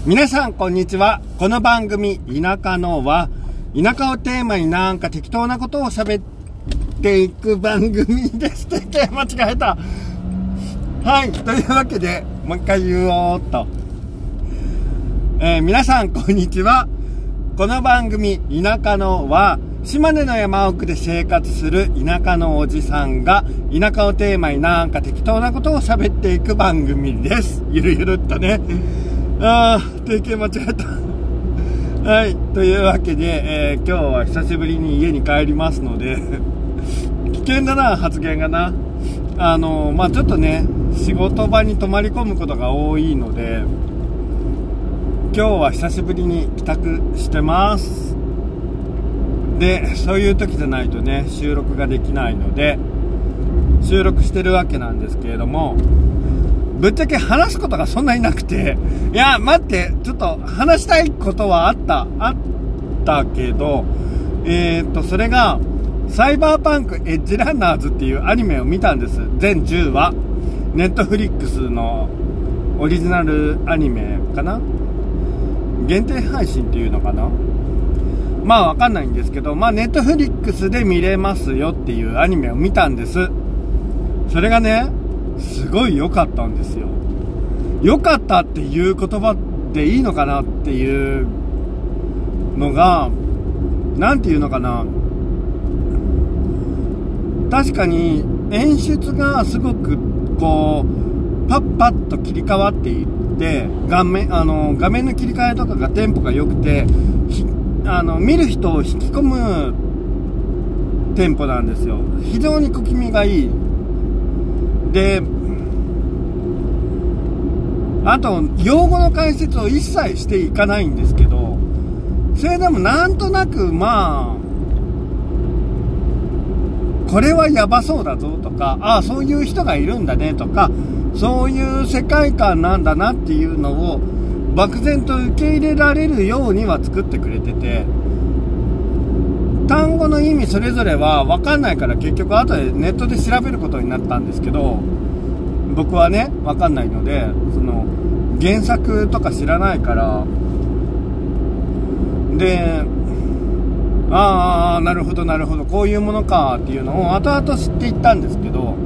皆さんこんにちは。この番組田舎のは田舎をテーマになんか適当なことを喋っていく番組です。間違えた。はい、というわけでもう一回言おうっと、皆さんこんにちは。この番組田舎のは島根の山奥で生活する田舎のおじさんが田舎をテーマになんか適当なことを喋っていく番組です。ゆるゆるっとね。定型間違えた。はい、というわけで、今日は久しぶりに家に帰りますので危険だな、発言がな。ちょっとね、仕事場に泊まり込むことが多いので、今日は久しぶりに帰宅してます。で、そういう時じゃないとね、収録ができないので、収録してるわけなんですけれども、ぶっちゃけ話すことがそんなになくて、いや、待って、ちょっと話したいことはあったけど、それが、サイバーパンクエッジランナーズっていうアニメを見たんです。全10話。ネットフリックスのオリジナルアニメかな？限定配信っていうのかな？まあわかんないんですけど、ネットフリックスで見れますよっていうアニメを見たんです。それがね、すごい良かったんですよ。良かったっていう言葉でいいのかなっていうのが、なんていうのかな。確かに演出がすごくこうパッパッと切り替わっていって、画面の切り替えとかがテンポが良くて、見る人を引き込むテンポなんですよ。非常に小気味がいい。で、あと用語の解説を一切していかないんですけど、それでもなんとなくこれはやばそうだぞとか、そういう人がいるんだねとか、そういう世界観なんだなっていうのを漠然と受け入れられるようには作ってくれてて、単語の意味それぞれは分かんないから、結局後でネットで調べることになったんですけど、僕はね分かんないので、その原作とか知らないからで、なるほどこういうものかっていうのを後々知っていったんですけど、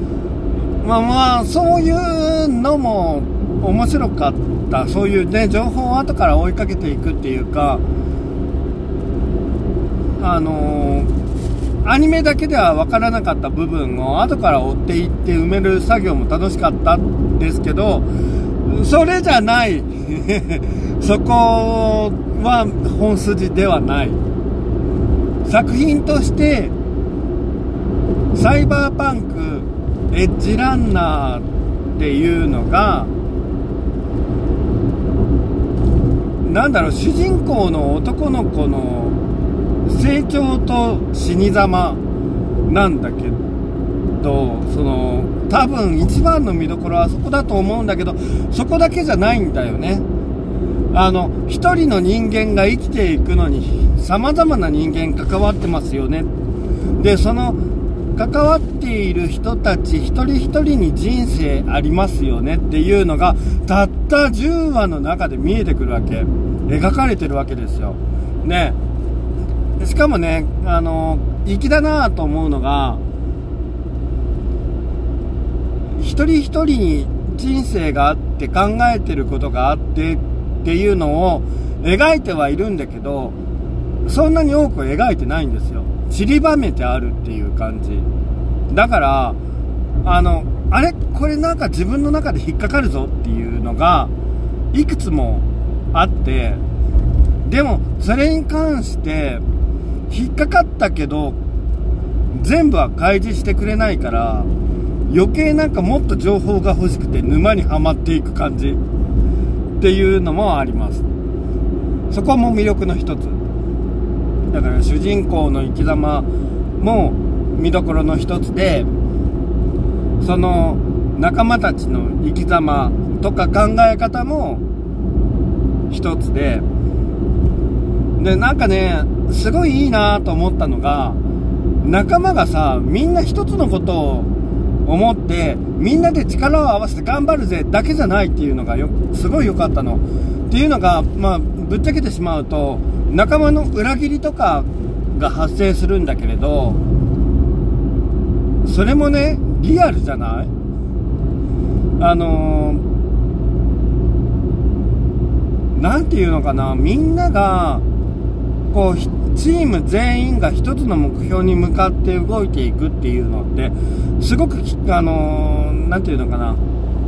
そういうのも面白かった。そういうね、情報を後から追いかけていくっていうか、アニメだけでは分からなかった部分を後から追っていって埋める作業も楽しかったんですけど、それじゃないそこは本筋ではない。作品としてサイバーパンクエッジランナーっていうのが、主人公の男の子の成長と死に様なんだけど、多分一番の見どころはそこだと思うんだけど、そこだけじゃないんだよね。一人の人間が生きていくのに様々な人間関わってますよね。で、その関わっている人たち一人一人に人生ありますよねっていうのがたった10話の中で見えてくるわけ、描かれてるわけですよね。しかもね、粋だなと思うのが、一人一人に人生があって考えてることがあってっていうのを描いてはいるんだけど、そんなに多く描いてないんですよ。散りばめてあるっていう感じだから、これなんか自分の中で引っかかるぞっていうのがいくつもあって、でもそれに関して引っかかったけど全部は開示してくれないから、余計なんかもっと情報が欲しくて沼にはまっていく感じっていうのもあります。そこも魅力の一つだから、主人公の生き様も見どころの一つで、その仲間たちの生き様とか考え方も一つで、なんかね、すごいいいなと思ったのが、仲間がさ、みんな一つのことを思って、みんなで力を合わせて頑張るぜだけじゃないっていうのがすごい良かったの。っていうのが、ぶっちゃけてしまうと、仲間の裏切りとかが発生するんだけれど、それもね、リアルじゃない？なんていうのかな、みんなが、こう、チーム全員が一つの目標に向かって動いていくっていうのって、すごく、なんていうのかな、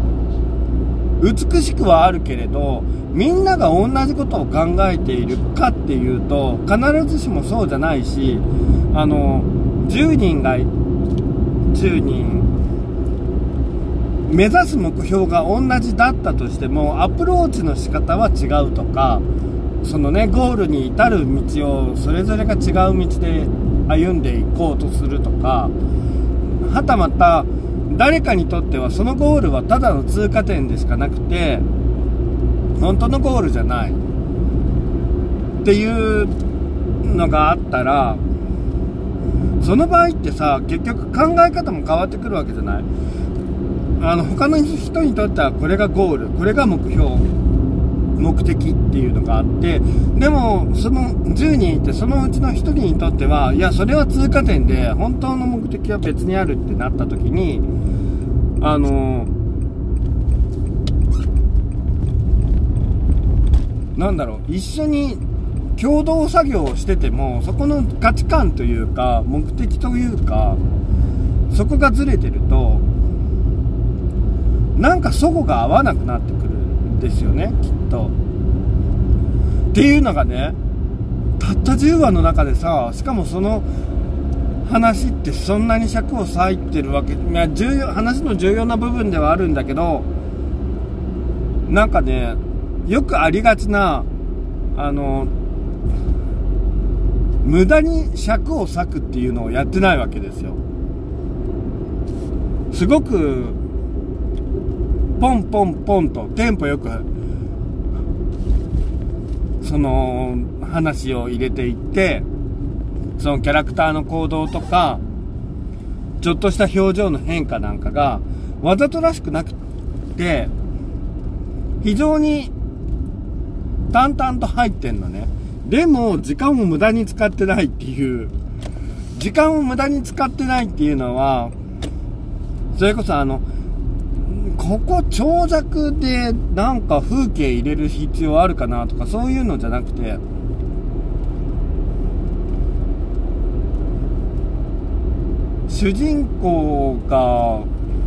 美しくはあるけれど、みんなが同じことを考えているかっていうと、必ずしもそうじゃないし、10人が、10人、目指す目標が同じだったとしても、アプローチの仕方は違うとか、そのね、ゴールに至る道をそれぞれが違う道で歩んでいこうとするとか、はたまた誰かにとってはそのゴールはただの通過点でしかなくて、本当のゴールじゃないっていうのがあったら、その場合ってさ、結局考え方も変わってくるわけじゃない？他の人にとってはこれがゴール、これが目標、目的っていうのがあって、でもその10人いて、そのうちの1人にとっては、いやそれは通過点で本当の目的は別にあるってなった時に、なんだろう、一緒に共同作業をしてても、そこの価値観というか目的というか、そこがずれてると、なんか齟齬が合わなくなってくるんですよね、きっと。っていうのがね、たった10話の中でさ、しかもその話ってそんなに尺を割いてるわけ、話の重要な部分ではあるんだけど、なんかね、よくありがちな、無駄に尺を割くっていうのをやってないわけですよ。すごくポンポンポンとテンポよくその話を入れていって、そのキャラクターの行動とかちょっとした表情の変化なんかがわざとらしくなくて、非常に淡々と入ってんのね。でも時間を無駄に使ってないっていう、時間を無駄に使ってないっていうのは、それこそここ長尺でなんか風景入れる必要あるかなとか、そういうのじゃなくて、主人公が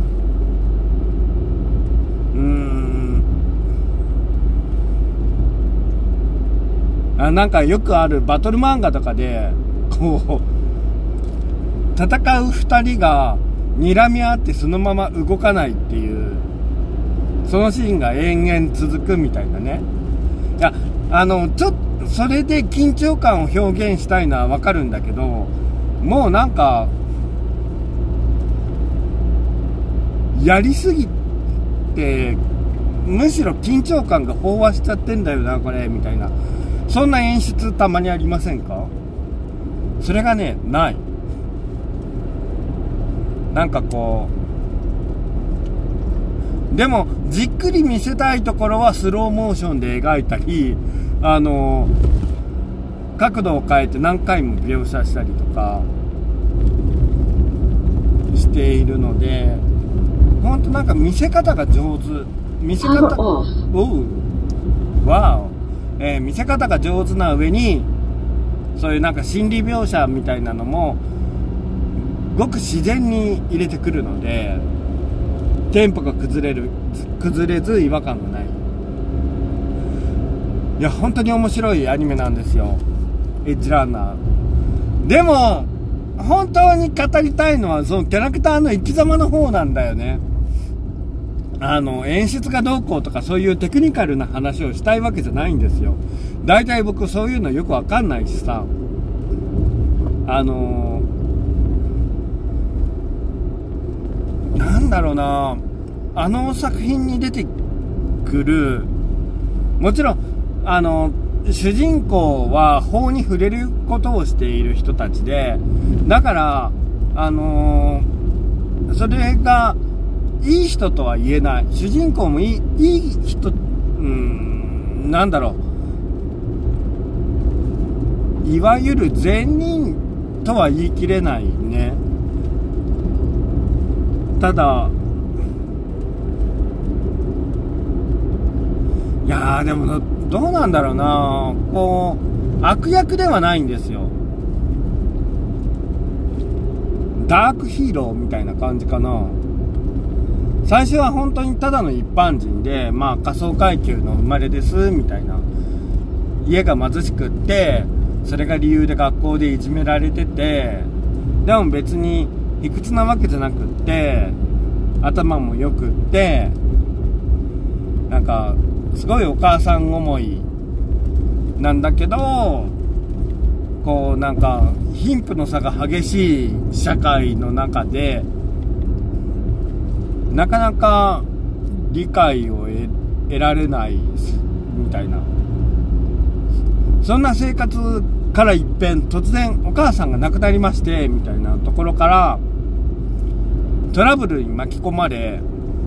なんかよくあるバトル漫画とかで、こう戦う2人が睨み合ってそのまま動かないっていう、そのシーンが延々続くみたいなね。いや、ちょっとそれで緊張感を表現したいのはわかるんだけど、もうなんかやりすぎて、むしろ緊張感が飽和しちゃってんだよなこれみたいな、そんな演出たまにありませんか？それがね、ない。なんかこう、でもじっくり見せたいところはスローモーションで描いたり、角度を変えて何回も描写したりとかしているので、ほんとなんか見せ方が上手。見せ方、見せ方が上手な上に、そういうなんか心理描写みたいなのもごく自然に入れてくるので、テンポが崩れず違和感がない。いや本当に面白いアニメなんですよ、エッジランナー。でも本当に語りたいのはそのキャラクターの生き様の方なんだよね。演出がどうこうとかそういうテクニカルな話をしたいわけじゃないんですよ。だいたい僕そういうのよくわかんないしさ、なんだろうな、作品に出てくる、もちろん主人公は法に触れることをしている人たちで、だからそれがいい人とは言えない。主人公もいい人、なんだろう、いわゆる善人とは言い切れないね。ただ、いやーでもどうなんだろうな、こう悪役ではないんですよ。ダークヒーローみたいな感じかな。最初は本当にただの一般人で、まあ仮想階級の生まれですみたいな、家が貧しくって、それが理由で学校でいじめられてて、でも別に卑屈なわけじゃなくって、頭も良くって、なんかすごいお母さん思いなんだけど、こうなんか貧富の差が激しい社会の中で、なかなか理解を得られないみたいな、そんな生活から一変、突然お母さんが亡くなりましてみたいなところからトラブルに巻き込まれ、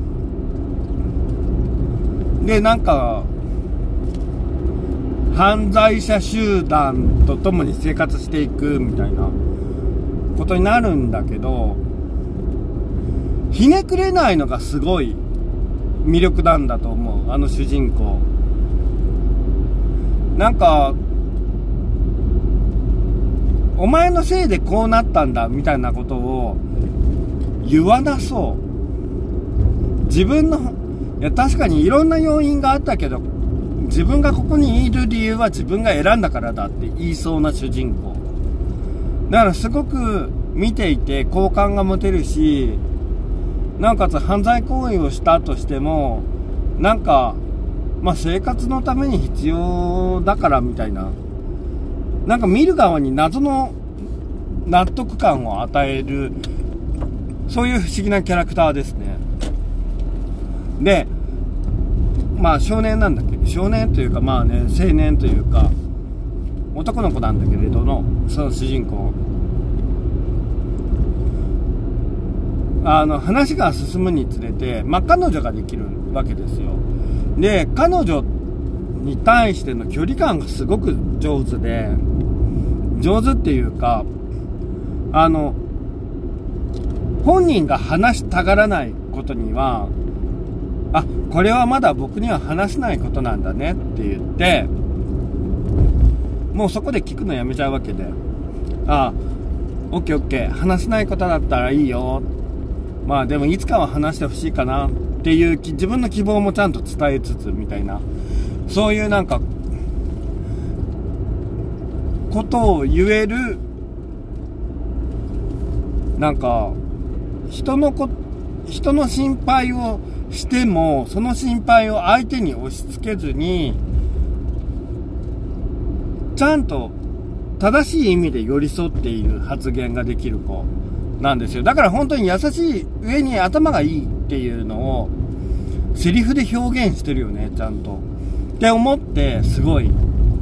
でなんか犯罪者集団と共に生活していくみたいなことになるんだけど、ひねくれないのがすごい魅力なんだと思う、あの主人公。なんかお前のせいでこうなったんだみたいなことを言わなそう。自分の、いや確かにいろんな要因があったけど、自分がここにいる理由は自分が選んだからだって言いそうな主人公だから、すごく見ていて好感が持てるし、なおかつ犯罪行為をしたとしても、なんかまあ生活のために必要だからみたいな、なんか見る側に謎の納得感を与える、そういう不思議なキャラクターですね。で、まあ少年なんだけど、少年というかまあね、青年というか男の子なんだけれども、その主人公、話が進むにつれて、まあ彼女ができるわけですよ。で、彼女に対しての距離感がすごく上手で、上手っていうか、本人が話したがらないことには、あ、これはまだ僕には話せないことなんだねって言って、もうそこで聞くのやめちゃうわけで、あ、オッケーオッケー、話せないことだったらいいよ、まあでもいつかは話してほしいかなっていう自分の希望もちゃんと伝えつつみたいな、そういうなんかことを言える、なんか人の心配をしても、その心配を相手に押し付けずに、ちゃんと正しい意味で寄り添っている発言ができる子なんですよ。だから本当に優しい上に頭がいいっていうのをセリフで表現してるよね、ちゃんとって思って、すごい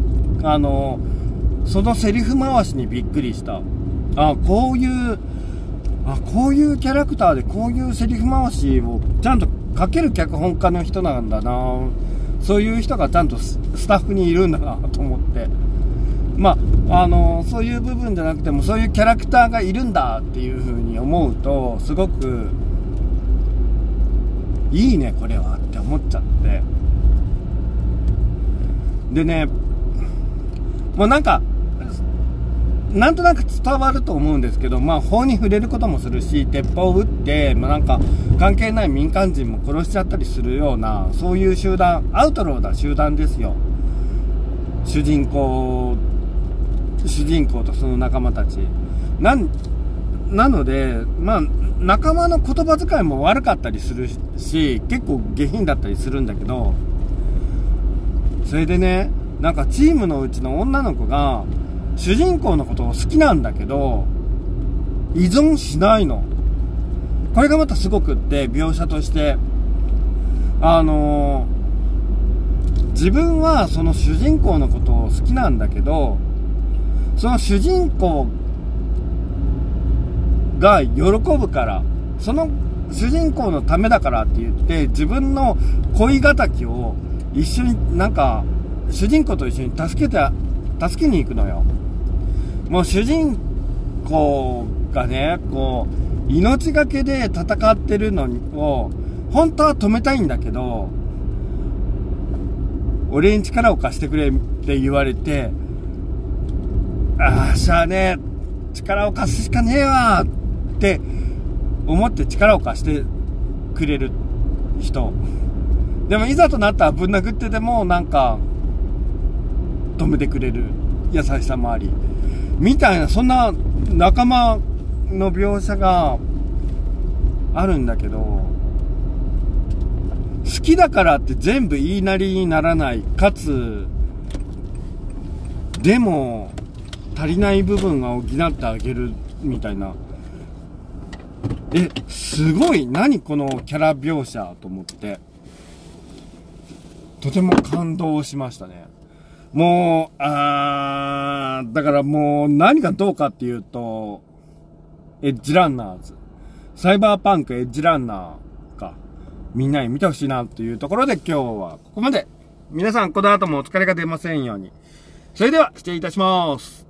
そのセリフ回しにびっくりした。こういうキャラクターでこういうセリフ回しをちゃんと書ける脚本家の人なんだな、そういう人がちゃんとスタッフにいるんだなと思って、まあそういう部分じゃなくても、そういうキャラクターがいるんだっていう風に思うと、すごくいいねこれはって思っちゃって、でね、もうなんかなんとなく伝わると思うんですけど、まあ法に触れることもするし、鉄砲を撃って、まあ、なんか関係ない民間人も殺しちゃったりするような、そういう集団、アウトローな集団ですよ、主人公とその仲間たちなので、まあ仲間の言葉遣いも悪かったりするし、結構下品だったりするんだけど、それでね、なんかチームのうちの女の子が主人公のことを好きなんだけど依存しないの。これがまたすごくって、描写として自分はその主人公のことを好きなんだけど、その主人公が喜ぶからその主人公のためだからって言って自分の恋敵を一緒になんか主人公と一緒に助けに行くのよ。もう主人公がねこう命がけで戦ってるのを本当は止めたいんだけど、俺に力を貸してくれって言われて、ああしゃあねえ、力を貸すしかねえわって思って力を貸してくれる人。でもいざとなったらぶん殴ってでもなんか止めてくれる優しさもありみたいな、そんな仲間の描写があるんだけど、好きだからって全部言いなりにならない、かつでも足りない部分が補ってあげるみたいな、すごい、何このキャラ描写と思って、とても感動しましたね。もう、だからもう何がどうかっていうと、エッジランナーズ。サイバーパンクエッジランナーか。みんなに見てほしいなというところで今日はここまで。皆さんこの後もお疲れが出ませんように。それでは失礼いたします。